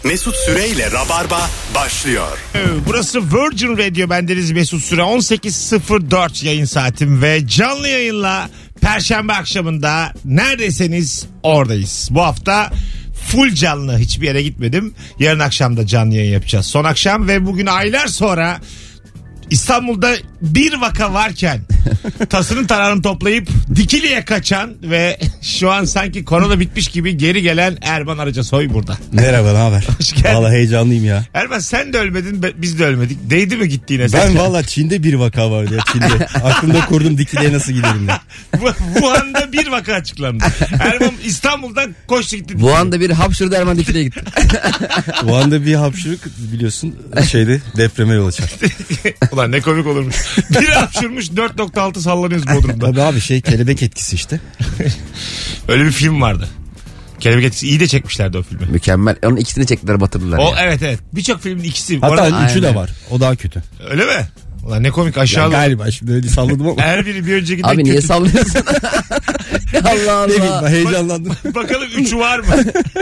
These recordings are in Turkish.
Mesut Süreyle Rabarba başlıyor. Burası Virgin Radio, bendeniz Mesut Süre. 18.04 yayın saatim ve canlı yayınla Perşembe akşamında neredeyseniz oradayız. Bu hafta full canlı, hiçbir yere gitmedim. Yarın akşam da canlı yayın yapacağız. Son akşam ve bugün aylar sonra İstanbul'da bir vaka varken tasının tarağını toplayıp Dikili'ye kaçan ve şu an sanki korona bitmiş gibi geri gelen Erman Arıcasoy burada. Merhaba, ne haber? Hoş geldin. Valla heyecanlıyım ya. Erman, sen de ölmedin, biz de ölmedik. Değdi mi gittiğine? Ben valla Çin'de bir vaka vardı ya, Çin'de. Aklımda kurdum Dikili'ye nasıl giderim diye. Wuhan'da bir vaka açıklandı. Erman İstanbul'dan koştu gitti. Wuhan'da bir hapşırdı, Erman Dikili'ye gitti. Wuhan'da bir hapşırık biliyorsun depreme yol açar. Ulan ne komik olurmuş. Biri hapşırmış, 4.6 sallanıyoruz Bodrum'da. Tabii abi, kelebek etkisi işte. Öyle bir film vardı. Kelebek etkisi, iyi de çekmişlerdi o filmi. Mükemmel. Onun ikisini çektiler, batırdılar. O, ya. evet. Birçok filmin ikisi. Hatta üçü de Aynen. var. O daha kötü. Öyle mi? Ulan ne komik, Ya aşağıda. galiba şimdi öyle salladım ama. Her biri bir önceki Abi niye sallıyorsun? Allah Ne bileyim, ben Allah. heyecanlandım. Bakalım üçü var mı?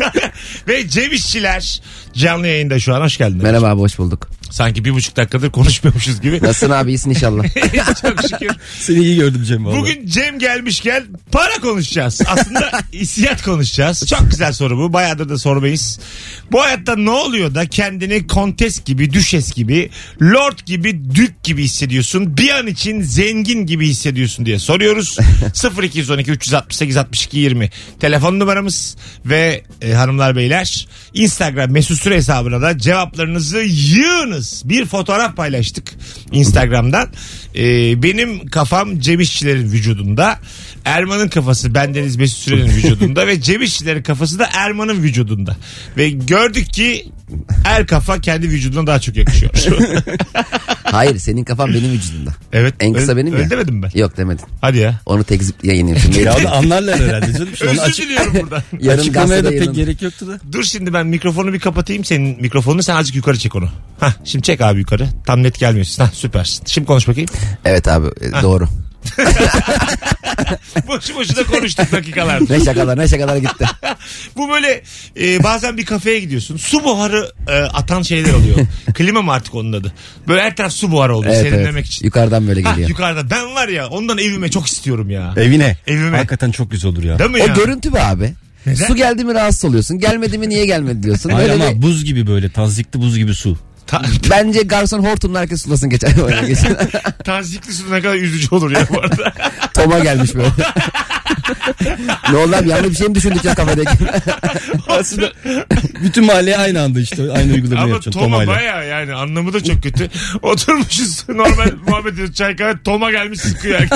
Ve Cem İşçiler canlı yayında şu an. Hoş geldin. Merhaba abi, hoş bulduk. Sanki 1,5 dakikadır konuşmuyormuşuz gibi. Nasılsın abi, iyisin inşallah. Çok şükür. Seni iyi gördüm Cem valla. Bugün Cem gelmişken para konuşacağız. Aslında hissiyat konuşacağız. Çok güzel soru bu. Bayağıdır da sormayız. Bu hayatta ne oluyor da kendini kontes gibi, düşes gibi, lord gibi, dük gibi hissediyorsun? Bir an için zengin gibi hissediyorsun diye soruyoruz. 0212 368 62 20 telefon numaramız ve hanımlar beyler, Instagram Mesut Süre hesabına da cevaplarınızı yığınız. Bir fotoğraf paylaştık Instagram'dan. Benim kafam Cem İşçilerin vücudunda, Erman'ın kafası bendeniz Mesut Süre'nin vücudunda ve Cem İşçilerin kafası da Erman'ın vücudunda. Ve gördük ki her kafa kendi vücuduna daha çok yakışıyor. Hayır, senin kafan benim vücudumda. Evet. En kısa benim ya. Öyle demedim ben. Yok demedin. Hadi ya. Onu tekzip yayınlayayım şimdi. Ya da anlarlar herhalde canım. Onu Özür diliyorum burada. Yarın açıklamaya da gazetede pek yayınlanır. gerek yoktu da. Dur şimdi ben mikrofonu bir kapatayım, senin mikrofonunu, sen azıcık yukarı çek onu. Hah, şimdi çek abi yukarı. Tam net gelmiyorsun. Hah, süpersin. Şimdi konuş bakayım. Evet abi, doğru. Boşu boşuna konuştuk dakikalardır. Ne şakalar gitti. Bu böyle bazen bir kafeye gidiyorsun. Su buharı atan şeyler oluyor. Klima mı artık onun adı? Böyle her taraf su buharı oluyor serinlemek için. Yukarıdan böyle geliyor. Yukarıda. Ben var ya, ondan evime çok istiyorum ya. Evine. Evime. Hakikaten çok güzel olur ya. Değil mi O ya? görüntü be abi. Neden? Su geldi mi rahatsız oluyorsun. Gelmedi mi niye gelmedi diyorsun. Hayır Böyle ama bir- buz gibi, böyle tazikli buz gibi su. Bence garson hortumla herkes sulasın geçen. Tazikli su ne kadar üzücü olur ya bu arada. Toma gelmiş böyle. Ne oldu abi, yanlış bir şey mi düşündük ya kafadaki? Aslında bütün mahalleye aynı anda işte aynı uygulamayı Ama yapacaksın Toma Toma'yla. baya, yani anlamı da çok kötü. Oturmuşuz normal muhabbet ediyoruz, çay kahve, Toma gelmiş sıkıyor herkes.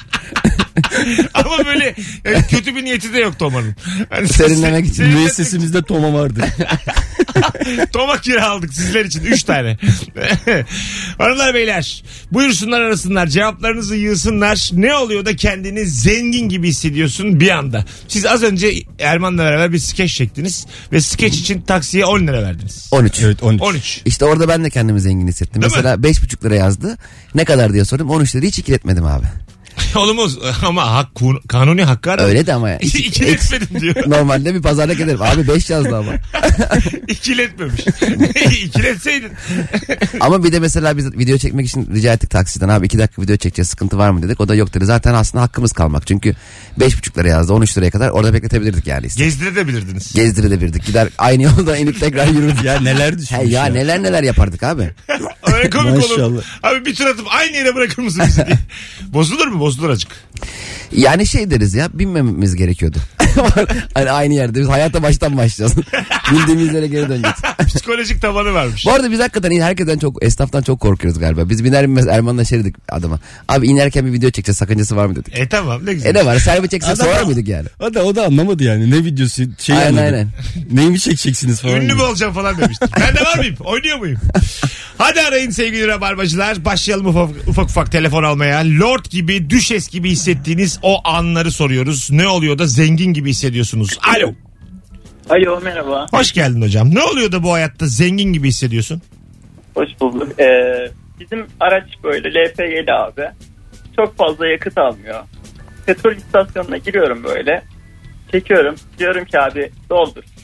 Ama böyle yani kötü bir niyeti de yok Toma'nın. Hani Serinlemek için. Müessesemizde Toma vardı. Toma kiraladık sizler için 3 tane. Hanımlar beyler, buyursunlar, arasınlar, cevaplarınızı yığsınlar. Ne oluyor da kendini zengin gibi hissediyorsun bir anda? Siz az önce Erman'la beraber bir skeç çektiniz ve skeç için taksiye 10 lira verdiniz. 13. Evet 13. 13. İşte orada ben de kendimi zengin hissettim. Değil Mesela 5,5 lira yazdı. Ne kadar diye sordum. 13 lira hiç ikiletmedim abi. Olmaz ama kanuni hakkı ara. Öyle de ama ya. İkiletmedim diyor. Normalde bir pazarlık ederim. Abi 5 yazdı ama. İkiletmemiş. İkiletseydin. Ama bir de mesela biz video çekmek için rica ettik taksiden. Abi 2 dakika video çekeceğiz, sıkıntı var mı dedik. O da yok dedi. Zaten aslında hakkımız kalmak. Çünkü 5,5 lira yazdı. 13 liraya kadar orada bekletebilirdik yani. Gezdirebilirdiniz. Gezdirebilirdik. Gider aynı yolda inip tekrar yürürdük. Ya neler düşünmüş Ya neler yapardık abi. Öyle komik olur. Maşallah. Abi bir tur atıp aynı yere bırakır mısın bizi diye. Bozulur mu? Bozulur azıcık. Yani şey deriz ya, binmememiz gerekiyordu. Hani aynı yerde biz hayata baştan başlayacağız. Bildiğimiz yere geri döneceğiz. Psikolojik tabanı varmış. Bu arada biz hakikaten herkesten çok, esnaftan çok korkuyoruz galiba. Biz biner binmez Erman'la şey dedik adama. Abi inerken bir video çekeceğiz, sakıncası var mı dedik. Tamam, ne güzel. Ne var, selfie çeksek Adam- sorar mıydık yani? O da anlamadı yani. Ne videosu Aynen, anladı. aynen. Neyimi çekeceksiniz falan. Ünlü mü olacağım falan demiştim. Ben de var mıyım? Oynuyor muyum? Hadi arayın sevgili rabarbacılar. Başlayalım ufak telefon almaya. Lord gibi, düşes gibi hissettiğiniz o anları soruyoruz. Ne oluyor da zengin gibi hissediyorsunuz? Alo. Alo, merhaba. Hoş geldin hocam. Ne oluyor da bu hayatta zengin gibi hissediyorsun? Hoş bulduk. Bizim araç böyle LPG'li abi. Çok fazla yakıt almıyor. Petrol istasyonuna giriyorum böyle. Çekiyorum. Diyorum ki abi doldur.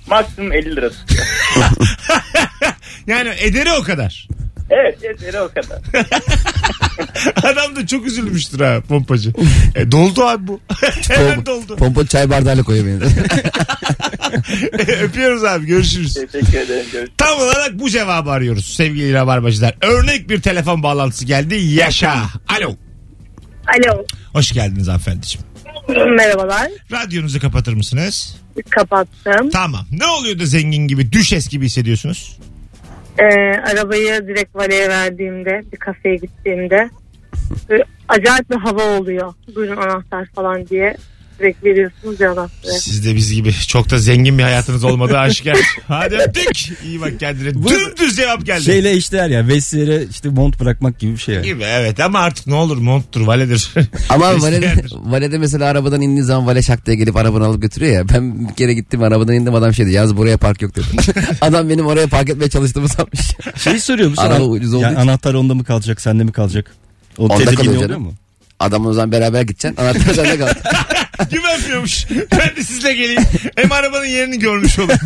maksimum 50 lira tutuyor. Yani ederi o kadar. Evet, ederi o kadar. Adam da çok üzülmüştür ha pompacı. Doldu abi bu. Hemen doldu. Pompa çay bardağıyla koyuyor beni. Öpüyoruz abi, görüşürüz. Teşekkür ederim. Görüşürüz. Tam olarak bu cevabı arıyoruz sevgili rabarbacılar. Örnek bir telefon bağlantısı geldi. Yaşa. Alo. Alo. Hoş geldiniz hanımefendiciğim. Merhabalar. Radyonuzu kapatır mısınız? Kapattım. Tamam. Ne oluyor da zengin gibi, düşes gibi hissediyorsunuz? Arabayı direkt valeye verdiğimde, bir kafeye gittiğimde acayip bir hava oluyor. Buyurun anahtar falan diye. Direkt veriyorsunuz ya anahtarı. Siz de biz gibi çok da zengin bir hayatınız olmadığı aşikar. Hadi öptük. İyi bak kendine. Dümdüz cevap geldi. Şeyle işler ya, vesilere işte mont bırakmak gibi bir şey. Yani. Gibi, evet, ama artık ne olur, monttur, valedir. Ama valede mesela arabadan indiği zaman vale şak diye gelip arabanı alıp götürüyor ya. Ben bir kere gittim, arabadan indim, adam şey dedi, yalnız buraya park yok dedi. Adam benim oraya park etmeye çalıştığımı sanmış. Şeyi soruyor musun? Araba ucuz olduğu için. Anahtar onda mı kalacak, sende mi kalacak? O Onda tedirgin kalıyor oluyor canım. mu? Adamla o zaman beraber gideceksin. Anahtar sende kaldı. Güvenmiyormuş. Ben de sizle geleyim. Hem arabanın yerini görmüş olurum.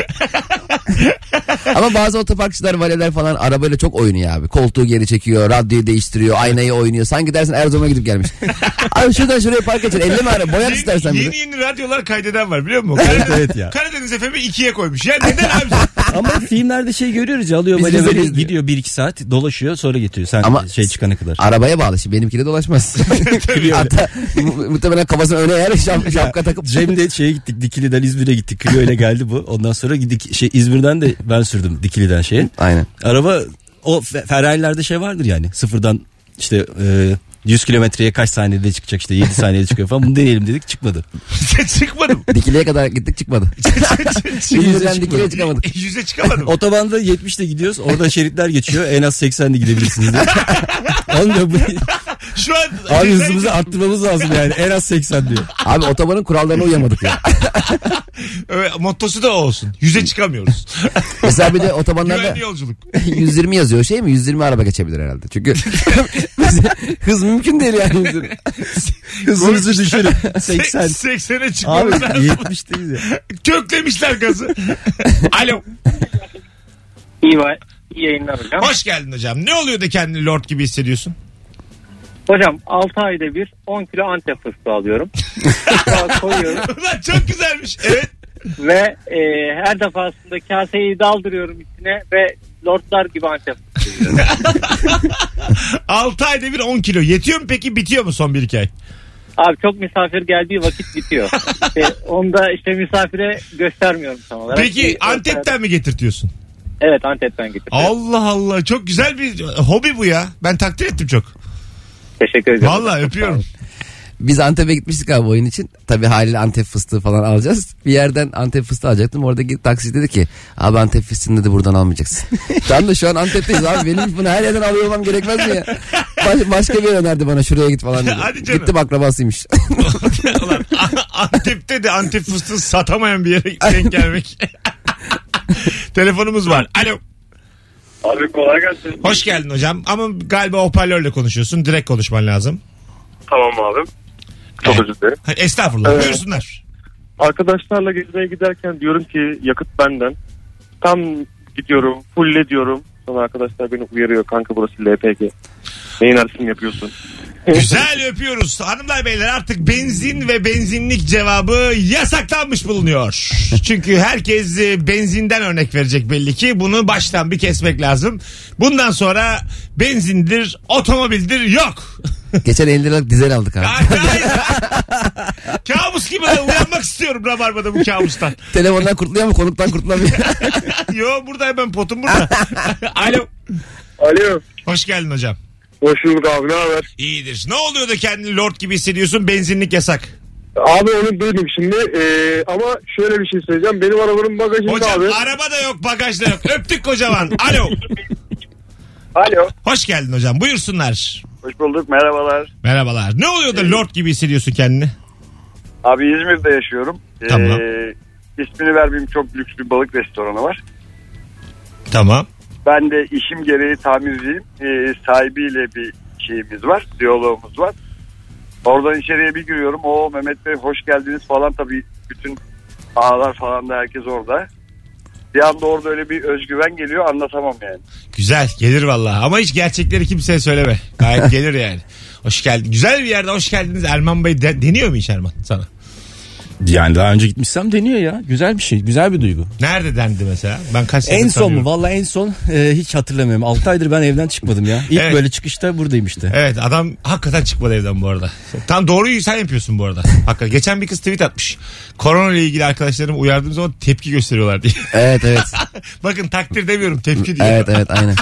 Ama bazı otoparkçılar, valeler falan arabayla çok oynuyor abi. Koltuğu geri çekiyor, radyoyu değiştiriyor, aynayı oynuyor. Sanki dersin Erzurum'a gidip gelmiş. Abi şuradan şuraya park edeceksin. 50 mi ara? Boyat istersen bir de. Yeni radyolar kaydeden var, biliyor musun? Evet ya. Karadeniz FM'i 2'ye koymuş. Ya neden abi? Ama filmlerde şey görüyoruz ya, alıyor Biz böyle izleriz diyor. gidiyor 1-2 saat dolaşıyor, sonra getiriyor. Sen Ama şey çıkana kadar. arabaya bağlı. Şimdi benimkiyle dolaşmaz. Hatta muhtemelen kafasına öne eğer şapka takıp. Cem'de şeye gittik, Dikili'den İzmir'e gittik. Clio ile geldi bu. Ondan sonra gittik İzmir'den de ben sürdüm Dikili'den şeye. Aynen. Araba o Ferrari'lerde şey vardır yani, sıfırdan işte 100 kilometreye kaç saniyede çıkacak, işte 7 saniyede çıkıyor falan. Bunu deneyelim dedik, çıkmadı. Çıkmadım. Dikili'ye kadar gittik, çıkmadı. İzmir'den Dikili'ye çıkamadık. 100'e çıkamadım. Otobanda 70'te gidiyoruz. Orada şeritler geçiyor. En az 80'de gidebilirsiniz diye. Olmuyor bu. Şu an Abi hızımızı arttırmamız lazım yani. En az 80 diyor. Abi otobanın kurallarına uyamadık ya. mottosu da o olsun. 100'e çıkamıyoruz. Mesela bir de otobanlarda Güvenli yolculuk. 120 yazıyor, şey mi? 120 araba geçebilir herhalde. Çünkü hız mümkün değil yani. 120. Hızımızı düşürün. 80. 80'e Abi çıkmamız lazım. 70'teyiz ya. Köklemişler gazı. Alo. İyi yayınlar hocam. Hoş geldin hocam. Ne oluyor da kendini lord gibi hissediyorsun? Hocam 6 ayda bir 10 kilo Antep fıstığı alıyorum. Koyuyorum. Ulan çok güzelmiş. Evet. Ve her defasında kaseyi daldırıyorum içine ve lordlar gibi Antep fıstığı yiyorum. 6 ayda bir 10 kilo. Yetiyor mu peki, bitiyor mu son 1-2 ay? Abi çok misafir geldiği vakit bitiyor. Onda işte misafire göstermiyorum tam olarak. Peki Antep'ten mi getirtiyorsun? Evet, Antep'ten getirdim. Allah Allah, çok güzel bir hobi bu ya. Ben takdir ettim çok. Teşekkür ederim. Vallahi öpüyorum. Biz Antep'e gitmiştik abi oyun için. Tabii haliyle Antep fıstığı falan alacağız. Bir yerden Antep fıstığı alacaktım. Oradaki taksici dedi ki abi Antep fıstığını dedi buradan almayacaksın. Tam da şu an Antep'teyiz abi. Benim bunu her yerden alıyor olmam gerekmez mi ya? Başka bir yer önerdi bana, şuraya git falan dedi. Hadi canım. Gittim, akrabasıymış. Ulan, Antep'te de Antep fıstığı satamayan bir yere denk gelmek. Telefonumuz var. Alo. Abi kolay gelsin. Hoş geldin hocam. Ama galiba hoparlörle konuşuyorsun. Direkt konuşman lazım. Tamam abi. Çok özür dilerim. Estağfurullah. Buyursunlar. Arkadaşlarla gezmeye giderken diyorum ki yakıt benden. Tam gidiyorum, fulle diyorum. Sonra arkadaşlar beni uyarıyor. Kanka burası LPG. Neyin arasını yapıyorsun? Güzel, öpüyoruz. Hanımlar beyler, artık benzin ve benzinlik cevabı yasaklanmış bulunuyor. Çünkü herkes benzinden örnek verecek belli ki. Bunu baştan bir kesmek lazım. Bundan sonra benzindir, otomobildir yok. Geçen 50 liralık dizel aldık abi. Hayır. Kabus gibi, uyanmak istiyorum Rabarba'da bu kabustan. Telefondan kurtuluyor mu, konuktan kurtulamıyor. Yo, burada hemen potum burada. Alo. Alo. Hoş geldin hocam. Hoş bulduk abi, ne haber? İyidir. Ne oluyor da kendini lord gibi hissediyorsun? Benzinlik yasak. Abi onu duydum şimdi ama şöyle bir şey söyleyeceğim. Benim arabanın bagajında Hocam abi. araba da yok, bagaj da yok. Öptük kocaman. Alo. Alo. Hoş geldin hocam. Buyursunlar. Hoş bulduk, merhabalar. Merhabalar. Ne oluyor da lord gibi hissediyorsun kendini? Abi İzmir'de yaşıyorum. Tamam. İsmini vermeyeyim, çok lüks bir balık restoranı var. Tamam. Ben de işim gereği tamirciyim. Sahibiyle bir şeyimiz var, diyalogumuz var. Oradan içeriye bir giriyorum. O Mehmet Bey hoş geldiniz falan, tabii bütün ağalar falan da herkes orada. Bir anda orada öyle bir özgüven geliyor, anlatamam yani. Güzel gelir vallahi ama hiç gerçekleri kimseye söyleme. Gayet gelir yani. Hoş geldin. Güzel bir yerde hoş geldiniz. Erman Bey deniyor mu hiç Erman sana? Yani daha önce gitmişsem deniyor ya. Güzel bir şey. Güzel bir duygu. Nerede dendi mesela? Ben kaç En son tanıyorum. mu? Vallahi en son hiç hatırlamıyorum. 6 aydır ben evden çıkmadım ya. İlk Evet. böyle çıkışta buradayım işte. Evet adam hakikaten çıkmadı evden bu arada. Tam doğruyu sen yapıyorsun bu arada. Hakikaten. Geçen bir kız tweet atmış. Korona ile ilgili arkadaşlarım uyardığım zaman tepki gösteriyorlar diye. Evet evet. Bakın takdir demiyorum tepki diyor. Evet evet aynen.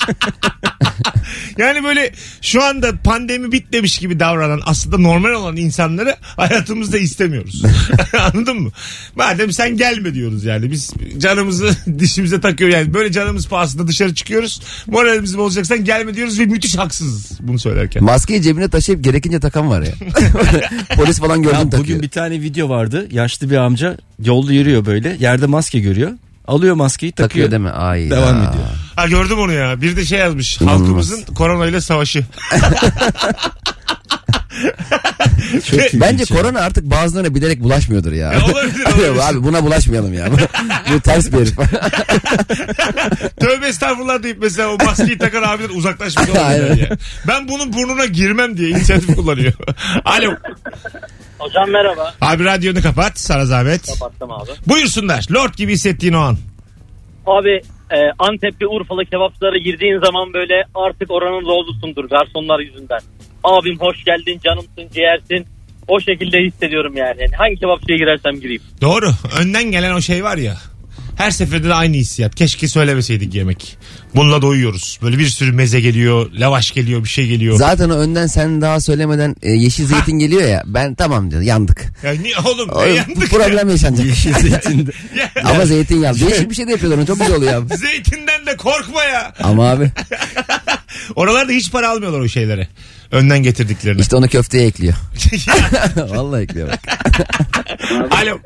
Yani böyle şu anda pandemi bitmemiş gibi davranan aslında normal olan insanları hayatımızda istemiyoruz. Anladın mı? Madem sen gelme diyoruz yani. Biz canımızı dişimize takıyor yani. Böyle canımız pahasında dışarı çıkıyoruz. Moralimizi bozacaksan gelme diyoruz ve müthiş haksızız bunu söylerken. Maskeyi cebine taşıyıp gerekince takan var ya. Polis falan gördüm Ya takıyor. bugün bir tane video vardı. Yaşlı bir amca yolda yürüyor böyle. Yerde maske görüyor. Alıyor maskeyi takıyor. Takıyor değil mi? Ay Devam ya. ediyor. Ha gördüm onu ya. Bir de şey yazmış. İnanılmaz. Halkımızın koronayla savaşı. Çok ilginç Bence ya. korona artık bazılarına bilerek bulaşmıyordur ya. Ya olabilir, olabilir. Abi buna bulaşmayalım ya. Bu ters bir herif. Tövbe estağfurullah deyip mesela o maskeyi takan abiden uzaklaşmış olabilir Aynen. ya. Ben bunun burnuna girmem diye inisiyatif kullanıyor. Alo. Hocam merhaba. Abi radyonu kapat sana zahmet. Kapattım abi. Buyursunlar. Lord gibi hissettiğin o an. Abi Antepli Urfalı kebapçılara girdiğin zaman böyle artık oranın lordusundur garsonlar yüzünden. Abim hoş geldin, canımsın, ciğersin. O şekilde hissediyorum yani. Hangi kebapçıya girersem gireyim. Doğru. Önden gelen o şey var ya. Her seferinde de aynı hissiyat. Keşke söylemeseydik yemek. Bununla doyuyoruz. Böyle bir sürü meze geliyor, lavaş geliyor, bir şey geliyor. Zaten o önden sen daha söylemeden yeşil zeytin geliyor ya. Ben tamam diyor yandık. Ya niye oğlum? O, Ne yandık problem yaşanacak. Yeşil zeytin. ya? Ama zeytin yaz. Değişik bir şey de yapıyorlar. Onu çok güzel oluyor abi. Zeytinden de korkma ya. Ama abi Oralarda hiç para almıyorlar o şeylere. Önden getirdiklerini. işte onu köfteye ekliyor. Vallahi ekliyor bak. Alo.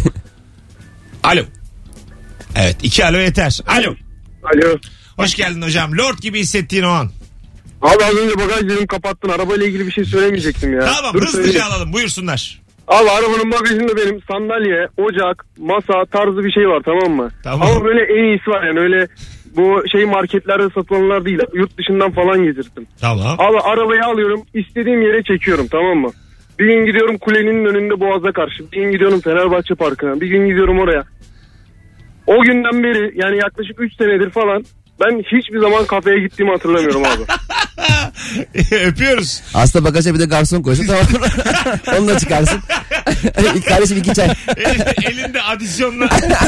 Alo. Evet 2 alo yeter. Alo. Alo. Hoş geldin hocam. Lord gibi hissettiğin o an. Abi az önce bagaj dedim kapattın. Arabayla ilgili bir şey söylemeyecektim ya. Tamam Dur, hızlıca söyleyeyim. alalım. Buyursunlar. Abi arabanın bagajında benim sandalye, ocak, masa tarzı bir şey var, tamam mı? Tamam. Ama böyle en iyisi var yani, öyle bu şey marketlerde satılanlar değil, yurt dışından falan getirdim. Tamam. Abi arabayı alıyorum, istediğim yere çekiyorum, tamam mı? Bir gün gidiyorum kulenin önünde Boğaz'a karşı, bir gün gidiyorum Fenerbahçe Parkı'na, bir gün gidiyorum oraya. O günden beri yani yaklaşık 3 senedir falan ben hiçbir zaman kafeye gittiğimi hatırlamıyorum abi. Öpüyoruz. Aslında bagaja bir de garson koysun tamam. Onu da çıkarsın. Kardeşim 2 çay. Elinde adisyonla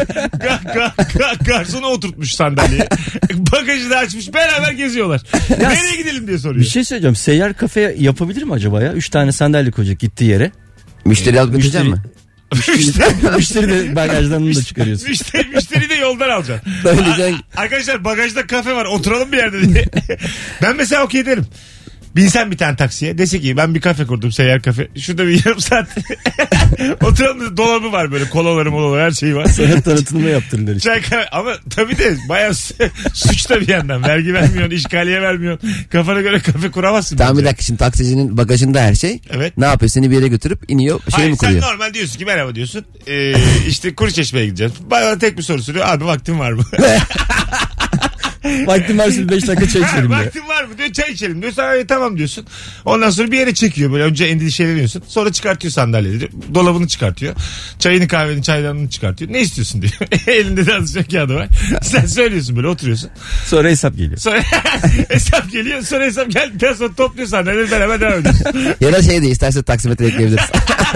garsona oturtmuş sandalyeyi. Bagajı da açmış. Beraber geziyorlar. Nereye gidelim diye soruyor. Bir şey söyleyeceğim. Seyyar kafe yapabilir mi acaba ya? 3 tane sandalye koyacak gittiği yere. Müşteri alıp götürecek mi? Müşteri de bagajdan da çıkarıyorsun. Müşteri de yoldan alacaksın. Söyleyeceksin. Arkadaşlar bagajda kafe var, oturalım bir yerde diye. Ben mesela okey derim. Binsen bir tane taksiye, dese ki ben bir kafe kurdum, seyyar kafe. Şurada bir yarım saat oturalım, dolabı var böyle, kolaları molaları her şeyi var. Sana tanıtımı yaptırırlar işte. Çay kahve, ama tabii de bayağı suç da bir yandan. Vergi vermiyorsun, işgaliye vermiyorsun. Kafana göre kafe kuramazsın. Tamam bir bence. dakika, şimdi taksicinin bagajında her şey. Evet. Ne yapıyor? Seni bir yere götürüp iniyor, şey Hayır mi sen kuruyor? normal diyorsun ki merhaba diyorsun. İşte Kuruçeşme'ye gideceğiz. Bana tek bir soru soruyor. Abi vaktin var mı? Vaktim versin 5 dakika çay içelim diye. Vaktin var mı diyor, çay içelim diyor. Sen tamam diyorsun. Ondan sonra bir yere çekiyor, böyle önce endişeleniyorsun. Sonra çıkartıyor sandalyeleri. Dolabını çıkartıyor. Çayını kahveni çaydanını çıkartıyor. Ne istiyorsun diyor. Elinde de alışveriş kağıdı var. Sen söylüyorsun, böyle oturuyorsun. Sonra hesap geliyor. Sonra hesap geliyor. Sonra hesap geldikten sonra topluyor sandalyeleri, beraber devam ediyorsun. Ya da şey de isterse taksimetre ekleyebiliriz.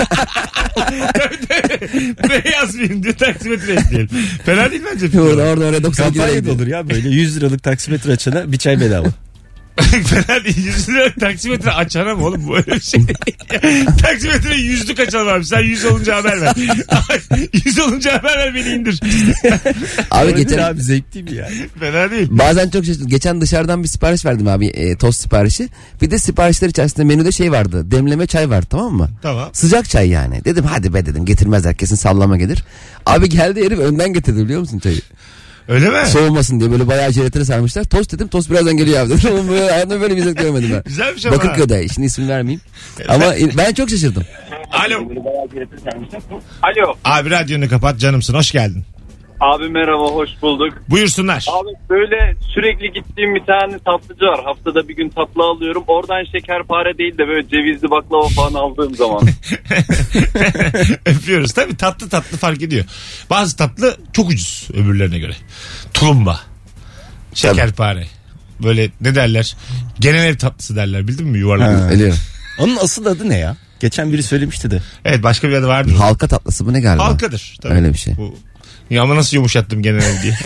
Beyaz mıyım diyor, taksimetre ekleyelim. Fena değil bence. orada oraya 92 lira Kampanya da gidiyor. olur ya böyle 100 liralık taksimetre açana bir çay bedava. Fena değil. 100 lira taksimetre açana mı oğlum, bu öyle bir şey değil. Taksimetre 100'lük açalım abi. Sen 100 olunca haber ver. 100 olunca haber ver, beni indir. Abi Olabilir geçen abi, zevkli mi ya? Fena değil. bazen çok şaşırdım. Geçen dışarıdan bir sipariş verdim abi, tost siparişi. Bir de siparişler içerisinde menüde şey vardı. Demleme çay vardı, tamam mı? Tamam. Sıcak çay yani. Dedim hadi be dedim, getirmezler kesin sallama gelir. Abi geldi herif önden getirdi, biliyor musun çayı? Öyle mi? Soğumasın diye böyle bayağı jelatine sarmışlar. Tost dedim, tost birazdan geliyor abi dedim. Oğlum böyle, hayatımda böyle bir hizmet görmedim ben. Güzelmiş ama. Bakırköy'de, şimdi ismini vermeyeyim. Ama ben çok şaşırdım. Alo. Alo. Abi radyonu kapat, canımsın, hoş geldin. Abi merhaba, hoş bulduk. Buyursunlar. Abi böyle sürekli gittiğim bir tane tatlıcı var. Haftada bir gün tatlı alıyorum. Oradan şekerpare değil de böyle cevizli baklava falan aldığım zaman. Öpüyoruz. Tabii tatlı fark ediyor. Bazı tatlı çok ucuz öbürlerine göre. Tulumba. Şekerpare. Böyle ne derler? Genel ev tatlısı derler. Bildin mi yuvarlak? Biliyorum. Onun asıl adı ne ya? Geçen biri söylemişti de. Evet, başka bir adı vardır. Halka tatlısı mı ne galiba? Halkadır. Tabii. Öyle bir şey. Ya ama nasıl yumuşattım genel ev diye.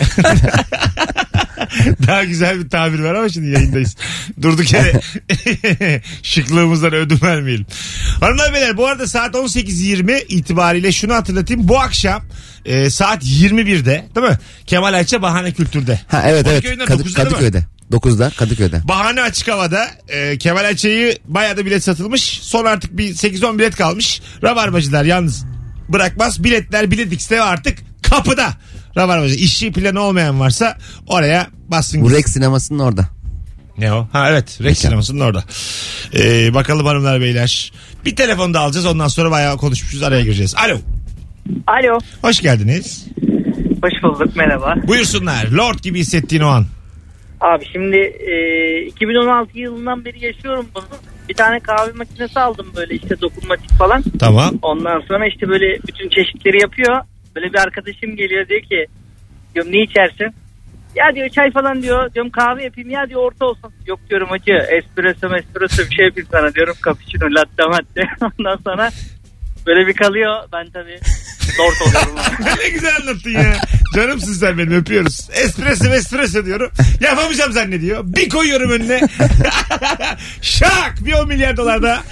Daha güzel bir tabir var ama şimdi yayındayız. Durduk yere şıklığımızdan ödün vermeyelim. Hanımlar beyler, bu arada saat 18.20 itibariyle şunu hatırlatayım. Bu akşam saat 21'de değil mi? Kemal Ayça Bahane Kültür'de. Ha evet Kadıköy'de. 9'da Kadıköy'de. Bahane açık havada. Kemal Ayça'yı bayağı da bilet satılmış. Son artık bir 8-10 bilet kalmış. Rabarbacılar yalnız bırakmaz. Biletler Biletix'te artık kapıda. Rabarbacı. İşi planı olmayan varsa oraya bassın. Bu Rex sinemasının orada. Ne o? Ha evet, Rex sinemasının orada. Bakalım hanımlar beyler. Bir telefon da alacağız, ondan sonra bayağı konuşmuşuz, araya gireceğiz. Alo. Alo. Hoş geldiniz. Hoş bulduk, merhaba. Buyursunlar. Lord gibi hissettiğin o an. Abi şimdi 2016 yılından beri yaşıyorum bunu. Bir tane kahve makinesi aldım böyle işte dokunmatik falan. Tamam. Ondan sonra işte böyle bütün çeşitleri yapıyor. Böyle bir arkadaşım geliyor, diyor ki diyorum ne içersin? Ya diyor çay falan diyor. Diyorum kahve yapayım, ya diyor orta olsun. Yok diyorum hacı, espresso bir şey yapayım sana diyorum. Cappuccino, latte matte. Ondan sonra böyle bir kalıyor. Ben tabii lord oluyorum. Ne güzel anlattın ya. Canımsın sen benim, öpüyoruz. Espresso diyorum. Yapamayacağım zannediyor. Bir koyuyorum önüne. Şak! Bir 10 milyar dolar da.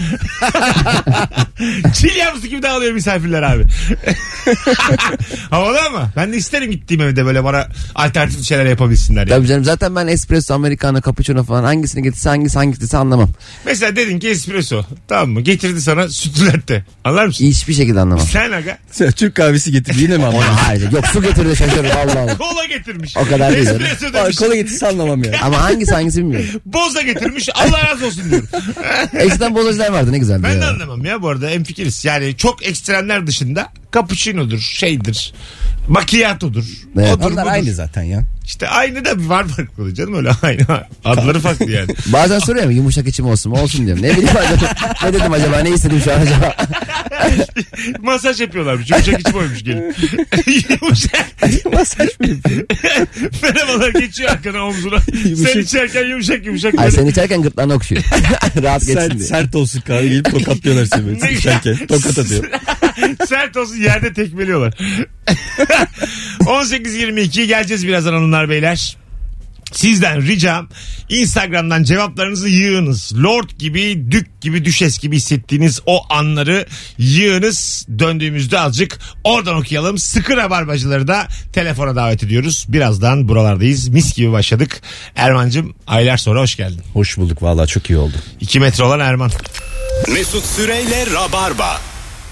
Çil yavrusu gibi dağılıyor misafirler abi. Havalı ama. Ben de isterim gittiğim evde böyle bana alternatif şeyler yapabilsinler. Tabii canım, zaten ben espresso, americano, cappuccino falan hangisini getirse hangisi anlamam. Mesela dedin ki espresso. Tamam mı? Getirdi sana sütlü latte. Anlar mısın? Hiçbir şekilde anlamam. Sen aga. Sen Türk kahvesi getir yine mi anlamadın? Hayır, yok su getirdi şaşırdım Allah Allah. Kola getirmiş. O kadar değil. Espresso demiş. Kola getirse anlamam ya. Ama hangisi bilmiyorum. Boza getirmiş. Allah razı olsun diyorum. Eskiden bozacılar vardı, ne güzeldi Ben ya. de anlamam ya bu arada, hemfikiriz. Yani çok ekstremler dışında cappuccino'dur, şeydir, macchiato'dur. Evet. Odur, Onlar budur. aynı zaten ya. İşte aynı da var farklı canım, öyle aynı. Adları farklı yani. Bazen soruyorum yumuşak içim olsun mu? Olsun diyorum. Ne bileyim acaba, ne dedim acaba, ne istedim şu an acaba? Masaj yapıyorlarmış. Yumuşak içim oymuş gelin. Yumuşak. Masaj mı yapıyor? Merhabalar, geçiyor arkana omzuna. Sen içerken yumuşak. Ay sen içerken gırtlağını okşuyor. Rahat geçsin diye. Sert olsun kahve gelip tokatlıyorlar seni böyle. Ne İçerken tokat atıyor. Sert olsun, yerde tekmeliyorlar. 18.22 geleceğiz birazdan hanımlar beyler. Sizden ricam Instagram'dan cevaplarınızı yığınız. Lord gibi, dük gibi, düşes gibi hissettiğiniz o anları yığınız. Döndüğümüzde azıcık oradan okuyalım. Sıkı rabarbacıları da telefona davet ediyoruz. Birazdan buralardayız. Mis gibi başladık. Erman'cığım aylar sonra hoş geldin. Hoş bulduk, vallahi çok iyi oldu. 2 metre olan Erman. Mesut Süreyle Rabarba.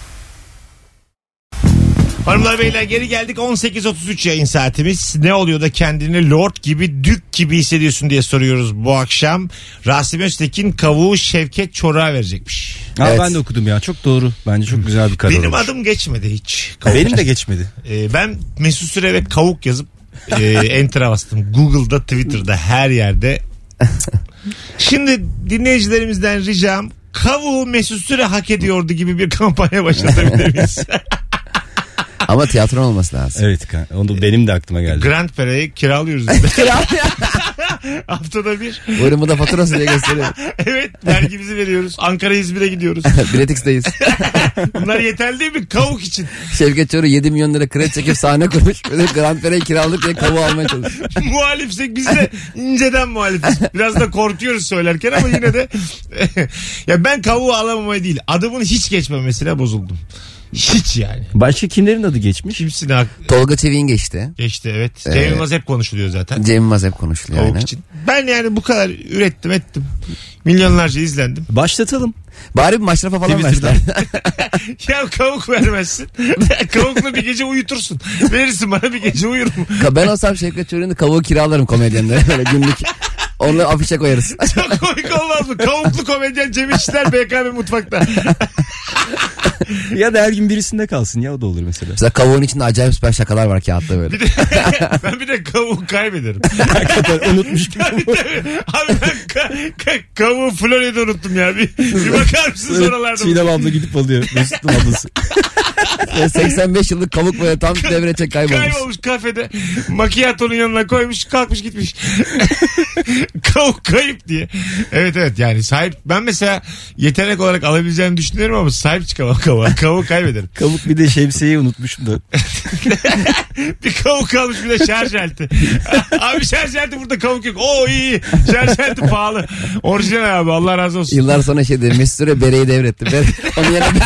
Hanımlar beyler, geri geldik. 18.33 yayın saatimiz. Ne oluyor da kendini lord gibi, dük gibi hissediyorsun diye soruyoruz bu akşam. Rasim Öztekin kavuğu Şevket Çorak'a verecekmiş. Evet. Ben de okudum ya, çok doğru. Bence çok güzel bir karar Benim olmuş. adım geçmedi hiç. Benim de geçmedi. Ben Mesut Süre ve kavuk yazıp enter'a bastım. Google'da, Twitter'da, her yerde. Şimdi dinleyicilerimizden ricam, kavuğu Mesut Süre hak ediyordu gibi bir kampanya başlatabilir miyiz? Ama tiyatron olması lazım. Evet, onu benim de aklıma geldi. Grand Pere'yi kiralıyoruz. Haftada bir. Buyurun, bu da faturası diye gösteriyor. Evet, vergimizi veriyoruz. Ankara, İzmir'e gidiyoruz. Biletix'teyiz. Bunlar yeterli değil mi? Kavuk için. Şevket Çorak 7 milyon lira kredi çekip sahne kurmuş. Böyle Grand Pere'yi kiraladık diye kavuğu almaya çalışıyor. Muhalifsek biz de inceden muhalifiz. Biraz da korkuyoruz söylerken ama yine de. Ya ben kavuğu alamamayı değil, adımın hiç geçmemesine bozuldum. Hiç yani. Başka kimlerin adı geçmiş? Kimsin Tolga Çevik'in geçti. geçti, evet. Cem Yılmaz hep konuşuluyor zaten. Cem Yılmaz hep konuşuluyor. Kavuk Aynen. için. Ben yani bu kadar ürettim ettim. Milyonlarca izlendim. Başlatalım. Bari bir maşrafa falan Twitter'dan. versinler. Ya kavuk vermezsin. Kavukla bir gece uyutursun. Verirsin bana, bir gece uyurum. Ben olsam Şevket Çorak'ın kavuğu kiralarım komedyenlere. Böyle günlük. Onu afişe koyarız. Çok komik olmaz mı? Kavuklu komedyen Cem İşçiler BKM mutfakta. Ya da her gün birisinde kalsın ya, o da olur mesela. Mesela kavuğun içinde acayip süper şakalar var kağıtta böyle. Ben bir de kavuğu kaybederim. Hakikaten unutmuş gibi. Abi ben kavuğu Florya'da unuttum ya. Bir bakar mısınız oralarda? Çiğdem abla gidip alıyor. Mesut'un ablası. 85 yıllık kavuk böyle tam devrecek kaybolmuş. Kaybolmuş kafede. Macchiato'nun yanına koymuş, kalkmış gitmiş. Kavuk kayıp diye. Evet yani sahip. Ben mesela yetenek olarak alabileceğimi düşünüyorum ama sahip çıkamam kavuğa. Kavuğu kaybederim. Kavuk bir de şemsiyeyi unutmuşum da. Bir kavuk kalmış, bir de şarj aleti. Abi şarj aleti burada, kavuk yok. Oo iyi. Şarj aleti pahalı. Orijinal abi, Allah razı olsun. Yıllar sonra şey dedi. Mesut Süre bereyi devretti. Onun yerine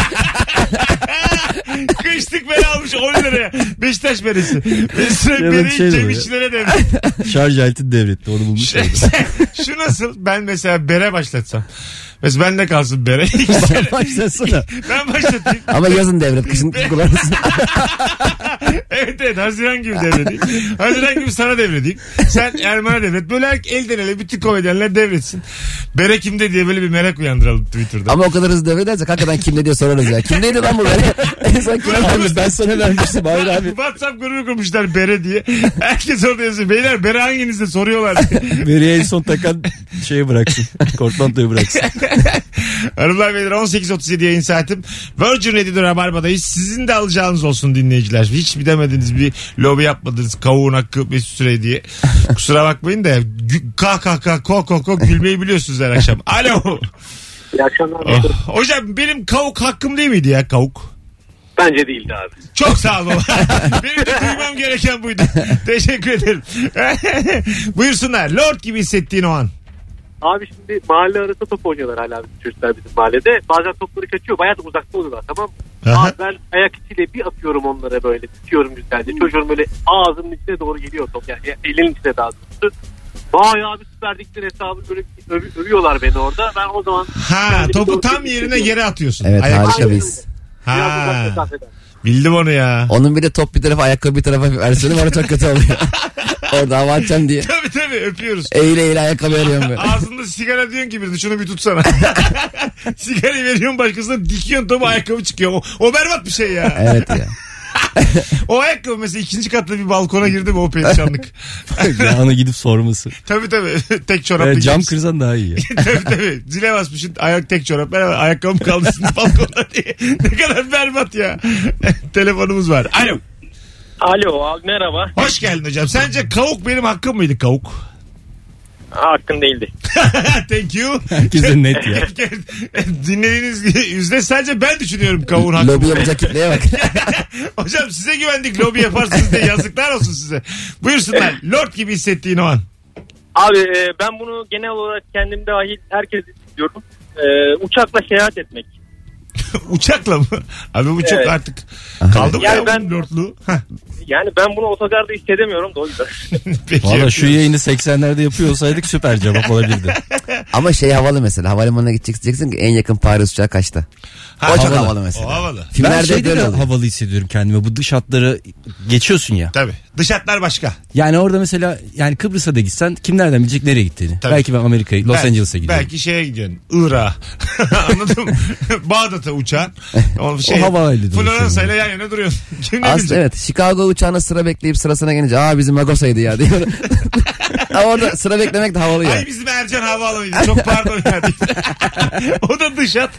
Kışlık bere almış 10 liraya. Beşiktaş beresi. Mesela Ya da bereyi şey Cem oluyor. İşçilere devretti. Şarj aletini devretti, onu bulmuş. Şu nasıl? Ben mesela bere başlatsam. Mesela bende kalsın bere. Başlasana. Ben başlatayım. ama yazın devret, kışın kullanırsın. Evet Haziran gibi devredeyim. Haziran gibi sana devredeyim. Sen Erman'a devret. Böyle elden ele bütün komedyenler devretsin. Bere kimde diye böyle bir merak uyandıralım Twitter'da. Ama o kadar hızlı devredersek hakikaten kim ne diye sorarız ya. Kim neydi lan bu bere? En son kime vermiş? Ben sana vermiştim hayır abi. WhatsApp grubu kurmuşlar bere diye. Herkes orada yazıyor. Beyler bere hanginizde soruyorlar diye. Veriye en son takan şeyi bıraksın. Kortlantoyu bıraksın. Hanımlar beyler 18.37 yayın saatim. Virgin Radio'da Rabarba'dayız. Sizin de alacağınız olsun dinleyiciler. Hiç bilemediniz, bir lobi yapmadınız kavuğun hakkı Mesut Süre diye. Kusura bakmayın da ko gülmeyi biliyorsunuz her akşam. Alo. İyi akşamlar. Hocam benim kavuk hakkım değil miydi ya, kavuk? Bence değildi abi. Çok sağ olun. Benim de duymam gereken buydu. Teşekkür ederim. Buyursunlar. Lord gibi hissettiğin o an. Abi şimdi mahalle arası top oynuyorlar hala bizim çocuklar bizim mahallede. Bazen topları kaçıyor. Bayağı da uzakta oluyorlar, tamam mı? Aha. Abi ben ayak içiyle bir atıyorum onlara böyle. Tutuyorum güzelce. Çocuğun böyle ağzının içine doğru geliyor top. Yani elinin içine daha doğrusu. Vay abi süper diktin hesabı, böyle övüyorlar beni orada. Ben o zaman... Yani Topu tam yerine geri atıyorsun. Evet, Ayak harika Aynen. bir his. Biraz Ha. uzak mesafeden. Bildim onu ya. Onun bir de top bir tarafa, ayakkabı bir tarafa versiyonu var, çok kötü oluyor. Orada hava atacağım diye. Tabii öpüyoruz. Eğile ayakkabı arıyorum böyle. Ağzında sigara diyorsun ki birine, şunu bir tutsana. Sigarayı veriyorsun başkasına, dikiyorsun topu, ayakkabı çıkıyor. O berbat bir şey ya. Evet ya. O ayakkabı mesela ikinci katta bir balkona girdi mi o perişanlık. Ana gidip sorması. Tabii. Tek çoraplı Evet, cam giymişsin. kırsan daha iyi ya. Tabii. Zile basmışsın, ayak tek çorap. Beraber ayakkabım kaldı şimdi balkonda diye. Ne kadar berbat ya. Telefonumuz var. Alo. Alo abi, merhaba. Hoş geldin hocam. Sence kavuk benim hakkım mıydı, kavuk? Hakkın değildi. Thank you. Herkese net ya. Dinlediğiniz yüzde sadece ben düşünüyorum kavuğun hakkı. Lobi yapacak kitleye bak. Hocam size güvendik, lobi yaparsınız diye, yazıklar olsun size. Buyursunlar. Lord gibi hissettiğin o an. Abi ben bunu genel olarak kendim dahil herkes istiyorum. Uçakla seyahat etmek. Uçakla mı? Abi bu çok Evet. artık kaldı mı Yani ya ben- bunun lordluğu? Heh. Yani ben bunu otogarda hissedemiyorum da o yüzden. Peki, Valla şu yapıyoruz. yayını 80'lerde yapıyor olsaydık süper cevap olabilirdi. Ama şey havalı mesela, havalimanına gideceksin ki en yakın Paris uçağı kaçta? Ha, O çok havalı mesela. O havalı. Ben Filmlerde şeyde böyle de oluyor. havalı hissediyorum kendime. Bu dış hatları geçiyorsun ya. Tabii. Dış hatlar başka. Yani orada mesela, yani Kıbrıs'a da gitsen kim nereden bilecek nereye gittiğini. Tabii. Belki ben Amerika'ya, Los Angeles'a gidiyorum. Belki şeye gidiyorsun. Irak'a. Anladın mı? Bağdat'a uçağın. O havayla Floransa ile yan yana duruyorsun. Kim ne Aslında bilecek? evet, Chicago uçağına sıra bekleyip sırasına gelince bizim Magosa'ydı ya diyor. Ama orada sıra beklemek de havalı ya. Ay bizim Ercan Havaalanı'ydı. Çok pardon ya. O da dış hat.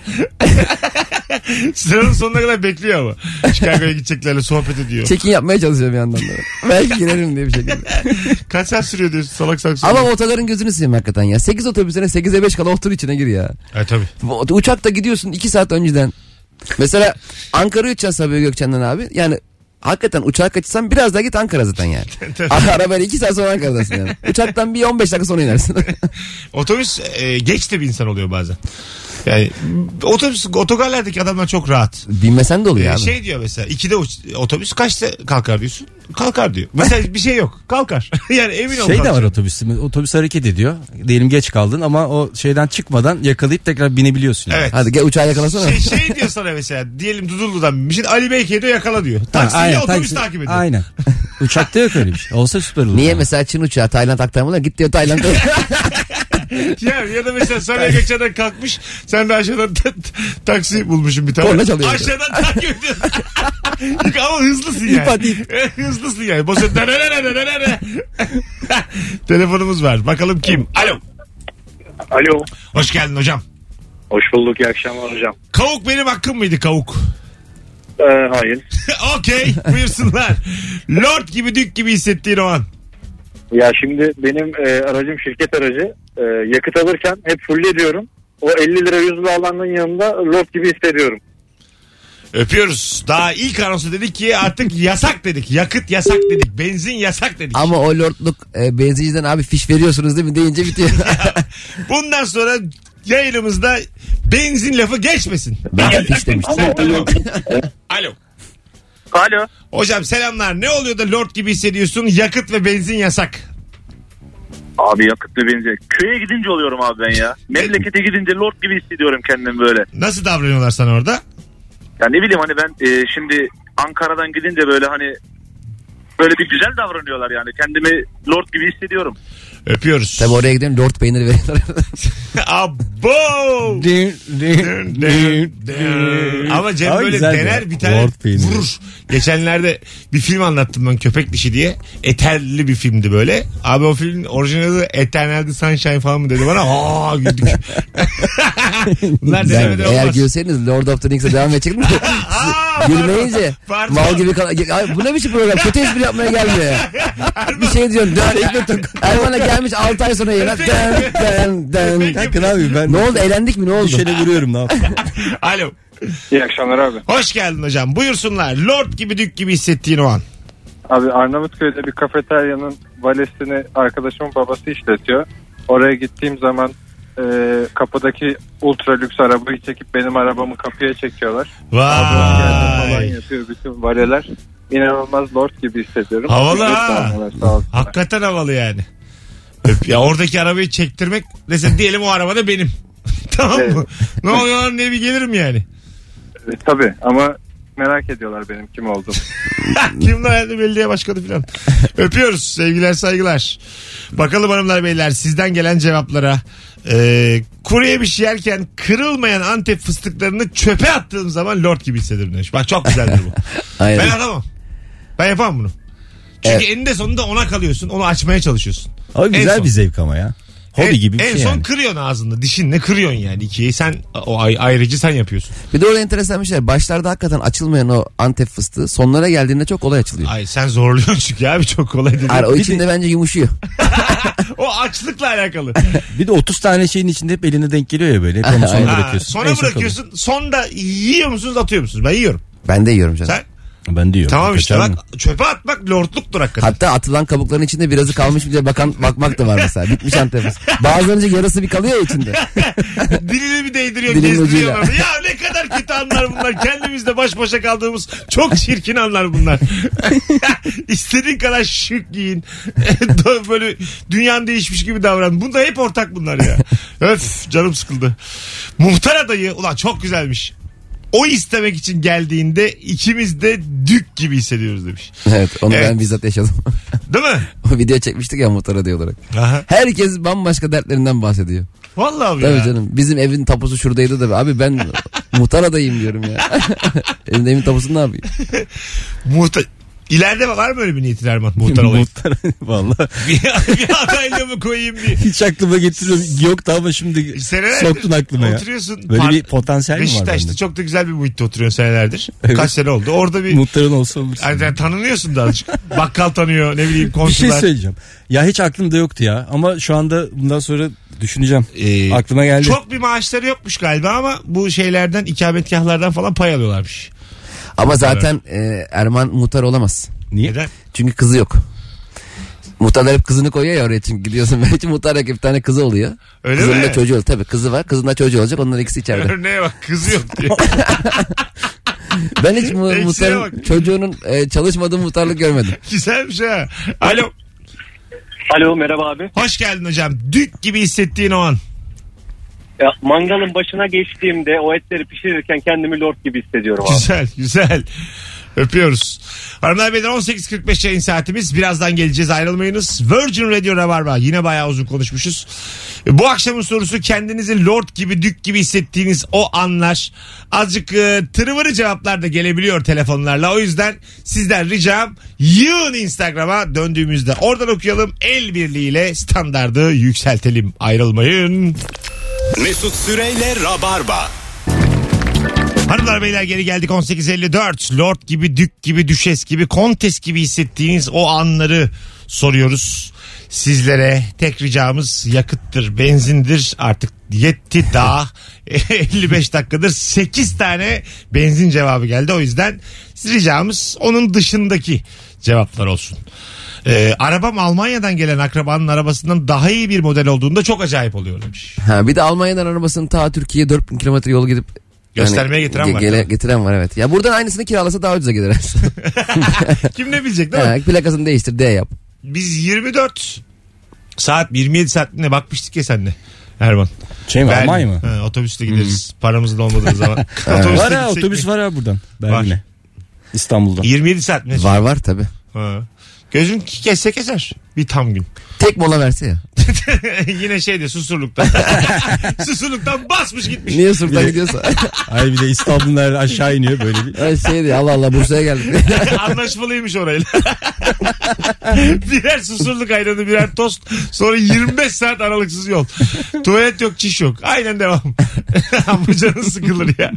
Sıranın sonuna kadar bekliyor ama. Chicago'ya gideceklerle sohbet ediyor. Check-in yapmaya çalışıyorum bir yandan da. Belki girerim diye bir şekilde. Kaç saat sürüyor diyorsun salak salak Ama soruyor. otogarın gözünü seveyim hakikaten ya. 8 otobüsüne 8'e 5 kala otur içine gir ya. Tabii. Uçakta gidiyorsun 2 saat önceden. Mesela Ankara'ya uçacağız Sabiha Gökçen'den abi. Yani hakikaten uçağa kaçırsan biraz daha git Ankara zaten yani. Arabayla 2 saat sonra Ankara'dasın yani. Uçaktan bir 15 dakika sonra inersin. Otobüs geç de bir insan oluyor bazen. Yani otogarlardaki adamlar çok rahat. Binmesen de oluyor abi. Şey diyor mesela 2'de otobüs kaçta kalkar diyorsun. Kalkar diyor. Mesela bir şey yok. Kalkar. Yani emin ol. Şey de kalkar. var otobüste. Otobüs hareket ediyor. Diyelim geç kaldın ama o şeyden çıkmadan yakalayıp tekrar binebiliyorsun. Yani. Evet. Hadi gel uçağı yakalasana. Şey diyor sana mesela diyelim Dudullu'dan binmişsin Ali Beykey'de yakala diyor. Taksiyle otobüs takip ediyor. Aynen. Uçakta yok öyle bir şey. Olsa süper olur. Niye yani. mesela Çin uçağı Tayland aktarmalar git diyor Tayland'a. Ya da mesela sana geçenden kalkmış. Sen de aşağıdan taksi bulmuşsun bir tane. Korna çalıyor. Aşağıdan takip ediyorsun. Ama hızlısın yani. Hızlısın yani. Telefonumuz var. Bakalım kim? Alo. Alo. Hoş geldin hocam. Hoş bulduk. İyi akşamlar hocam. Kavuk benim hakkım mıydı kavuk? Hayır. Okey. Buyursunlar. Lord gibi dük gibi hissettiğin o an. Ya şimdi benim aracım şirket aracı. Yakıt alırken hep full ediyorum. O 50 lira 100 lira alanın yanında Lord gibi hissediyorum. Öpüyoruz. Daha ilk anonsu dedik ki artık yasak dedik. Yakıt yasak dedik. Benzin yasak dedik. Ama o lordluk benzinciden abi fiş veriyorsunuz değil mi deyince bitiyor. Bundan sonra yayınımızda benzin lafı geçmesin. Ben fiş demiştim. Alo. Alo. Hocam selamlar. Ne oluyor da lord gibi hissediyorsun? Yakıt ve benzin yasak. Abi yakıt ve benzin. Köye gidince oluyorum abi ben ya. Memlekete gidince lord gibi hissediyorum kendimi böyle. Nasıl davranıyorlar sana orada? Ya ne bileyim hani ben şimdi Ankara'dan gidince böyle hani böyle bir güzel davranıyorlar yani. Kendimi lord gibi hissediyorum. Öpüyoruz. Tabi oraya gidelim lord peyniri veriyorlar. Abo. Ama Cem böyle dener bir tane vurur. Geçenlerde bir film anlattım ben, Köpek Dişi diye. Eterli bir filmdi böyle. Abi o filmin orijinali Eternal Sunshine falan mı dedi bana. Aa güldük. Bunlar denemede olmaz. Eğer gülseniz Lord of the Rings'e devam edecek mi? Gülmeyince mal gibi bu ne biçim program? Kötü espri yapmaya gelmiyor ya. Bir şey diyorsun. Erman'a gelmiş 6 ay sonra yayına. Bakın abi ben... Ne oldu? Eğlendik mi? Ne oldu? Düşene vuruyorum ne yapayım? Alo. İyi akşamlar abi. Hoş geldin hocam. Buyursunlar. Lord gibi dük gibi hissettiğin o an. Abi Arnavutköy'de bir kafeteryanın valesini arkadaşımın babası işletiyor. Oraya gittiğim zaman kapıdaki ultra lüks arabayı çekip benim arabamı kapıya çekiyorlar. Vay. Falan yapıyor bütün valeler. İnanılmaz lord gibi hissediyorum. Havalı ha. Hakikaten havalı yani. Ya oradaki arabayı çektirmek mesela diyelim o arabada benim. Tamam mı? Evet. Ne oluyor lan diye bir gelirim yani. Tabii ama merak ediyorlar benim kim olduğumu. Kim lan yani, belediye başkanı falan. Öpüyoruz. Sevgiler saygılar. Bakalım hanımlar beyler sizden gelen cevaplara. Kuru yemiş yerken kırılmayan Antep fıstıklarını çöpe attığım zaman lord gibi hissederim demiş. Bak çok güzeldir bu. Ben adamım. Ben yapamam bunu. Çünkü eninde sonunda ona kalıyorsun. Onu açmaya çalışıyorsun. Abi güzel bir zevk ama ya. Hobi gibi bir şey En son yani. kırıyorsun ağzında. Dişinle kırıyorsun yani ikiyi. Sen o ayrıcı sen yapıyorsun. Bir de orada enteresan bir şey. Başlarda hakikaten açılmayan o Antep fıstığı sonlara geldiğinde çok kolay açılıyor. Ay sen zorluyorsun çünkü abi çok kolay değil. Hayır, o içinde bence yumuşuyor. O açlıkla alakalı. Bir de 30 tane şeyin içinde hep eline denk geliyor ya böyle. Hep onu sonra bırakıyorsun. Sonra bırakıyorsun. Sonda yiyor musunuz atıyor musunuz? Ben yiyorum. Ben de yiyorum canım. Sen? Ben de yiyorum. Tamam işte bak çöpe atmak lordluktur hakikaten. Hatta atılan kabukların içinde birazı kalmış diye bakmak da var mesela. Bitmiş Antep fıstığı. Bazılarınca yarısı bir kalıyor içinde. Dilini bir değdiriyor, gezdiriyor. Ya ne kadar kötü anlar bunlar. Kendimizle baş başa kaldığımız çok çirkin anlar bunlar. İstediğin kadar şık giyin. Böyle dünyan değişmiş gibi davran. Bunda hep ortak bunlar ya. Öf canım sıkıldı. Muhtar adayı ulan çok güzelmiş. O istemek için geldiğinde ikimiz de dük gibi hissediyoruz demiş. Evet onu ben bizzat yaşadım. Değil mi? O video çekmiştik ya muhtar adayı olarak. Aha. Herkes bambaşka dertlerinden bahsediyor. Vallahi abi tabii ya. Canım bizim evin tapusu şuradaydı da abi ben muhtar adayım diyorum ya. Evin tapusunu ne yapayım? Muhtar. İleride var mı öyle bir niyetin Erman? Muhtar olayım. Muhtar valla. bir adayla mı koyayım diye. Hiç aklıma getiriyorum. Yoktu ama şimdi soktun aklıma ya. Oturuyorsun. Böyle bir potansiyel mi var bende? Beşiktaş'ta çok da güzel bir muhitte oturuyorsun senelerdir. Evet. Kaç sene oldu? Orada bir... Muhtarın olsa olursun. Yani tanınıyorsun da azıcık. Bakkal tanıyor ne bileyim komşular. Bir şey söyleyeceğim. Ya hiç aklımda yoktu ya. Ama şu anda bundan sonra düşüneceğim. Aklıma geldi. Çok bir maaşları yokmuş galiba ama bu şeylerden ikametgahlardan falan pay alıyorlarmış. Ama zaten Erman muhtar olamaz. Niye? Neden? Çünkü kızı yok. Muhtarlar hep kızını koyuyor ya oraya çünkü gidiyorsun. Ben için muhtar yok bir tane kızı oluyor. Öyle Kızının mi? da çocuğu oluyor. Tabii kızı var. Kızın da çocuğu olacak. Onların ikisi içeride. Örneğe bak kızı yok diye. Ben hiç muhtarın çocuğunun çalışmadığı muhtarlık görmedim. Güzelmiş ha. Alo. Alo merhaba abi. Hoş geldin hocam. Dük gibi hissettiğin o an. Ya, mangalın başına geçtiğimde o etleri pişirirken kendimi lord gibi hissediyorum abi. Güzel güzel. Öpüyoruz. Hanımlar beyler 18.45 yayın saatimiz. Birazdan geleceğiz ayrılmayınız. Virgin Radio Rabarba. Yine bayağı uzun konuşmuşuz. Bu akşamın sorusu kendinizi lord gibi dük gibi hissettiğiniz o anlar. Azıcık tırıvırı cevaplar da gelebiliyor telefonlarla. O yüzden sizden ricam yığın Instagram'a döndüğümüzde oradan okuyalım. El birliğiyle standardı yükseltelim. Ayrılmayın. Mesut Süreyle Rabarba. Hanımlar beyler geri geldik 18.54. Lord gibi, dük gibi, düşes gibi, kontes gibi hissettiğiniz o anları soruyoruz. Sizlere tek ricamız yakıttır, benzindir. Artık yetti daha 55 dakikadır 8 tane benzin cevabı geldi. O yüzden ricamız onun dışındaki cevaplar olsun. Arabam Almanya'dan gelen akrabanın arabasından daha iyi bir model olduğunda çok acayip oluyor demiş. Ha, bir de Almanya'dan arabasını ta Türkiye'ye 4000 kilometre yol gidip göstermeye getiren var. Getiren var evet. Ya buradan aynısını kiralasa daha ucuza gider. Kim ne bilecek değil mi? Plakasını değiştir D yap. Biz 24 saat 27 saatliğine bakmıştık ya seninle Erman. Almanya mı? Otobüste gideriz. Paramızın olmadığı zaman. Var ya otobüs var ya buradan. Berlin'e. İstanbul'da. 27 saat mi? Var tabii. Gözün keser bir tam gün. Tek mola verse ya. Yine şeyde Susurluk'tan. Susurluk'tan basmış gitmiş. Niye Susurluk'tan gidiyorsa? Ay bir de İstanbul'dan aşağı iniyor böyle bir. Şeydi Allah Allah Bursa'ya geldik. Anlaşmalıymış orayla. Birer Susurluk ayranı birer tost. Sonra 25 saat aralıksız yol. Tuvalet yok çiş yok. Aynen devam. Ama canın sıkılır ya.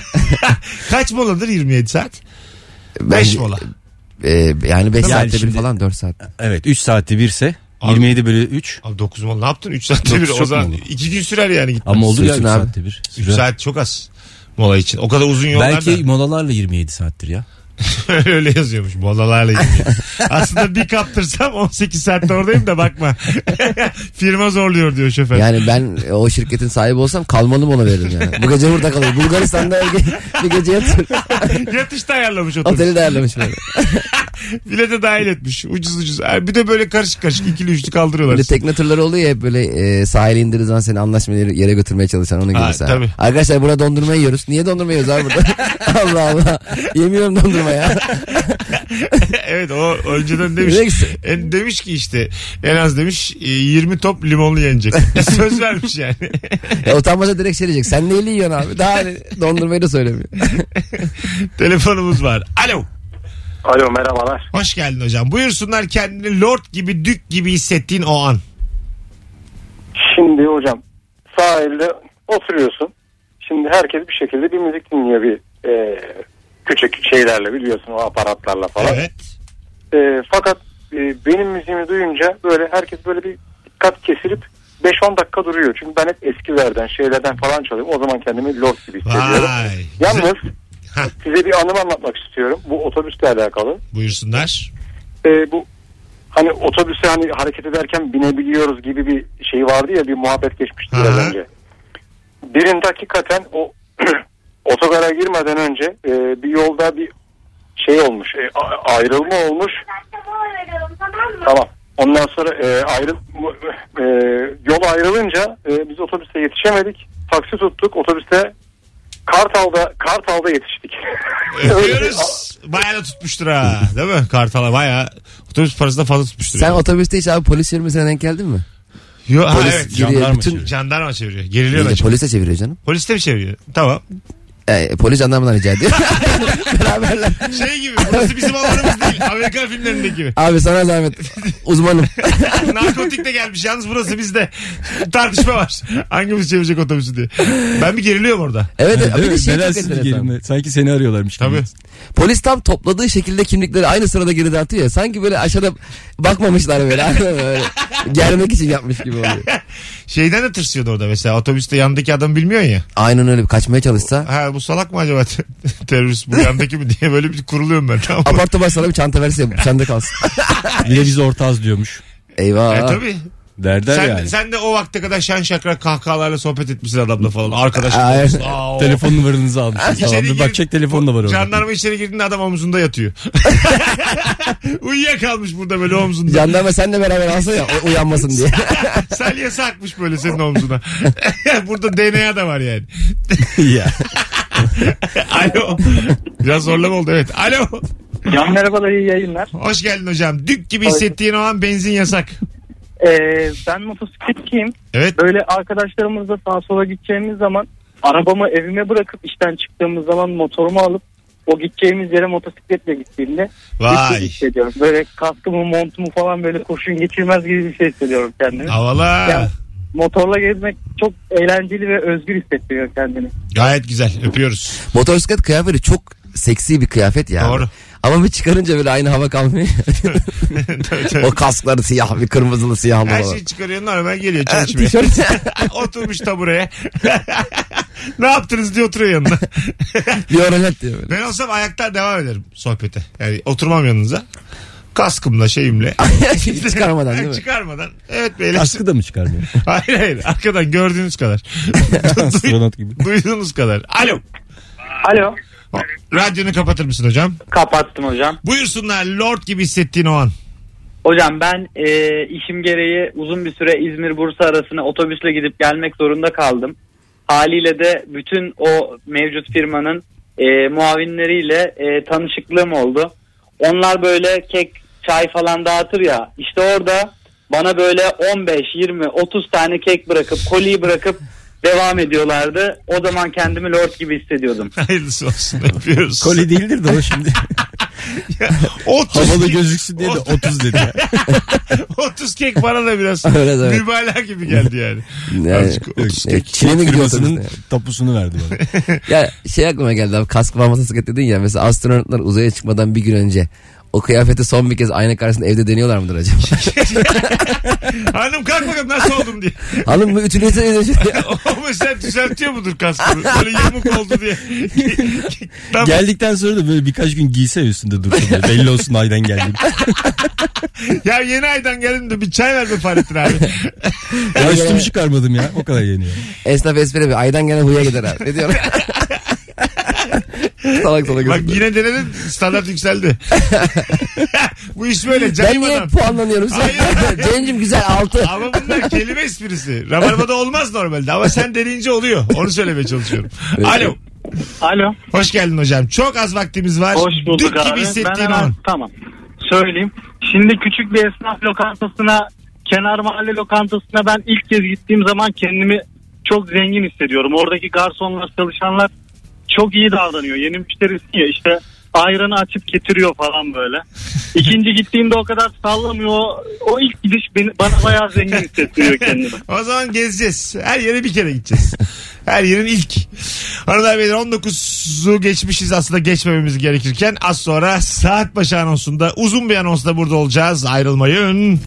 Kaç moladır 27 saat? 5 mola. Yani 5 Yani saatte bir falan 4 saat. Evet 3 saatte birse 27 bölü 3. Abi 9 mola ne yaptın? 3 saatte bir o zaman 2 gün sürer yani gitmez. Ama olur ya 3 saatte bir. 3 saat çok az mola için. O kadar uzun yollar belki da. molalarla 27 saattir ya. Öyle yazıyormuş molalarla 27. Aslında bir kaptırsam 18 saatte oradayım da bakma. Firma zorluyor diyor şoför. Yani ben o şirketin sahibi olsam kalmalı mola veririm yani. Bu gece burada kalır. Bulgaristan'da bir gece yatır. Yatışta ayarlamış otobüs. Oteli de ayarlamış böyle. Bilete dahil etmiş. Ucuz. Bir de böyle karışık ikili üçlü kaldırıyorlar. Bir de tekne turları oluyor ya hep böyle sahile indirdiği zaman seni anlaşmalı yere götürmeye çalışan onun gibi. Tabii. Arkadaşlar burada dondurma yiyoruz. Niye dondurma yiyoruz abi burada? Allah Allah. Yemiyorum dondurma ya. Evet o önceden demiş ki işte en az demiş 20 top limonlu yenecek. Söz vermiş yani. Utanmaca direkt şey diyecek. Sen neyle yiyorsun abi? Daha dondurmayı da söylemiyor. Telefonumuz var. Alo. Alo merhabalar. Hoş geldin hocam. Buyursunlar kendini lord gibi dük gibi hissettiğin o an. Şimdi hocam sahilde oturuyorsun. Şimdi herkes bir şekilde bir müzik dinliyor bir küçük şeylerle biliyorsun o aparatlarla falan. Evet. Fakat benim müziğimi duyunca böyle herkes böyle bir dikkat kesilip 5-10 dakika duruyor. Çünkü ben hep eskilerden şeylerden falan çalıyorum. O zaman kendimi lord gibi hissediyorum. Vay. Yalnız size bir anımı anlatmak istiyorum. Bu otobüsle alakalı. Buyursunlar. Bu hani otobüse hani hareket ederken binebiliyoruz gibi bir şey vardı ya bir muhabbet geçmişti biraz önce. Birinde hakikaten o otogara girmeden önce bir yolda bir şey olmuş. Ayrılma olmuş. Tamam. Ondan sonra yol ayrılınca biz otobüste yetişemedik. Taksi tuttuk. Otobüste Kartal'da yetiştik. Öpüyoruz. Bayağı da tutmuştur ha. Değil mi? Kartal'a bayağı otobüs parası da fazla tutmuştur. Sen yani. Otobüste hiç abi polis çevirmesine denk geldin mi? Yok evet. Jandarma çeviriyor. Geriliyorlar. Polis de çeviriyor canım. Polis de mi çeviriyor? Tamam. Polis jandarmadan rica ediyor. Beraberler. Şey gibi burası bizim alanımız değil. Amerikan filmlerindeki gibi. Abi sana zahmet. Uzmanım. Narkotik de gelmiş yalnız burası bizde. Tartışma var. Hangimiz çevirecek otobüsü diye. Ben bir geriliyorum orada. Evet. Bir de şey çok enteresan. Sanki seni arıyorlarmış gibi. Tabii. Polis tam topladığı şekilde kimlikleri aynı sırada geride atıyor ya. Sanki böyle aşağıda bakmamışlar böyle. Germek için yapmış gibi oluyor. Şeyden de tırsıyordu orada mesela. Otobüste yanındaki adam bilmiyorsun ya. Aynen öyle. Kaçmaya çalışsa. Ha bu salak mı acaba terörist bu yandaki mi diye böyle bir kuruluyorum ben. Tamam. Apartman sana bir çanta verse sende kalsın. Bir de biz ortağız diyormuş. Eyvah. Tabii. Derder yani. Sen de o vakte kadar şen şakrak kahkahalarla sohbet etmişsin adamla falan. Arkadaşım. Telefon numaranızı almışsınız falan. Bir bakacak telefon da var orada. Jandarma içeri girdiğinde adam omzunda yatıyor. Uyuyakalmış burada böyle omzunda. Jandarma seninle beraber alsa ya uyanmasın diye. Salyası akmış böyle senin omzuna. Burada DNA da var yani. Ya. Alo. Biraz zorlama oldu evet. Alo. Can merhabalar iyi yayınlar. Hoş geldin hocam. Dük gibi hissettiğin o an benzin yasak. Ben motosikletçiyim. Evet. Böyle arkadaşlarımızla sağa sola gideceğimiz zaman arabamı evime bırakıp işten çıktığımız zaman motorumu alıp o gideceğimiz yere motosikletle gittiğimde Vay. hissediyorum. Böyle kaskımı, montumu falan böyle kurşun geçirmez gibi bir şey hissediyorum kendimi. Havalı. Yani motorla gezmek çok eğlenceli ve özgür hissettiriyor kendini. Gayet güzel. Öpüyoruz. Motosiklet kıyafeti çok seksi bir kıyafet ya. Doğru. Ama bir çıkarınca böyle aynı hava kalmıyor. O kaskları siyah, bir kırmızılı siyahlı Her falan. şey çıkarıyor, normal geliyor çay içmeye. Oturmuş tabureye. Ne yaptınız diye oturuyor yanına. Bir oralet diyor böyle. Ben olsam ayakta devam ederim sohbete. Yani oturmam yanınıza. Kaskımla şeyimle. Çıkarmadan değil mi? Çıkarmadan. Evet beyler. Kaskı da mı çıkarmıyor? Hayır. Arkadan gördüğünüz kadar. Astronot gibi. Duyduğunuz kadar. Alo. Alo. Radyonu kapatır mısın hocam? Kapattım hocam. Buyursunlar, lord gibi hissettiğin o an. Hocam ben işim gereği uzun bir süre İzmir-Bursa arasına otobüsle gidip gelmek zorunda kaldım. Haliyle de bütün o mevcut firmanın muavinleriyle tanışıklığım oldu. Onlar böyle kek, çay falan dağıtır ya. İşte orada bana böyle 15, 20, 30 tane kek bırakıp, koliyi bırakıp devam ediyorlardı. O zaman kendimi lord gibi hissediyordum. Hayırlısı olsun, öpüyoruz. Koli değildir de o şimdi. Havalı gözüksün diye de 30 dedi. 30 kek bana da biraz evet. mübalağa gibi geldi yani. Yani, 30 kek. Çin'e mi gidiyorsunuz? Yani. Tapusunu verdi bana. Ya şey aklıma geldi abi, kask var motosiklet dedin ya, mesela astronotlar uzaya çıkmadan bir gün önce o kıyafeti son bir kez ayna karşısında evde deniyorlar mıdır acaba? Hanım kalk bakalım nasıl oldum diye. Hanım bu ütülüyse O mesela düzeltiyor mudur kaskını? Böyle yamuk oldu diye. Tamam. Geldikten sonra da böyle birkaç gün giyse üstünde dursun. Belli olsun aydan geldim. Ya yeni aydan geldim de bir çay ver be Fahrettin abi. Ya üstümü çıkarmadım ya. O kadar yeni yani. Esnaf espri bir aydan gelen huya gider abi. Ne diyorum? salak. Bak yine denedin, standart yükseldi. Bu iş böyle. Ben niye puanlanıyorum sen? Cencim güzel 6. Ama bunlar kelime esprisi. Rabarbada olmaz normalde ama sen deneyince oluyor. Onu söylemeye çalışıyorum. Alo. Alo. Hoş geldin hocam. Çok az vaktimiz var. Hoş bulduk Dük abi. gibi hissettiğin Ben hemen, an. tamam. Söyleyeyim. Şimdi küçük bir esnaf lokantasına, kenar mahalle lokantasına ben ilk kez gittiğim zaman kendimi çok zengin hissediyorum. Oradaki garsonlar, çalışanlar çok iyi davranıyor. Yeni müşterisin ya, işte ayranı açıp getiriyor falan böyle. İkinci gittiğimde o kadar sallamıyor. O ilk gidiş bana bayağı zengin hissettiriyor kendimi. O zaman gezeceğiz. Her yere bir kere gideceğiz. Her yerin ilk. Hanımlar beyler, 19'u geçmişiz aslında, geçmememiz gerekirken. Az sonra saat başı anonsunda uzun bir anonsla burada olacağız. Ayrılmayın.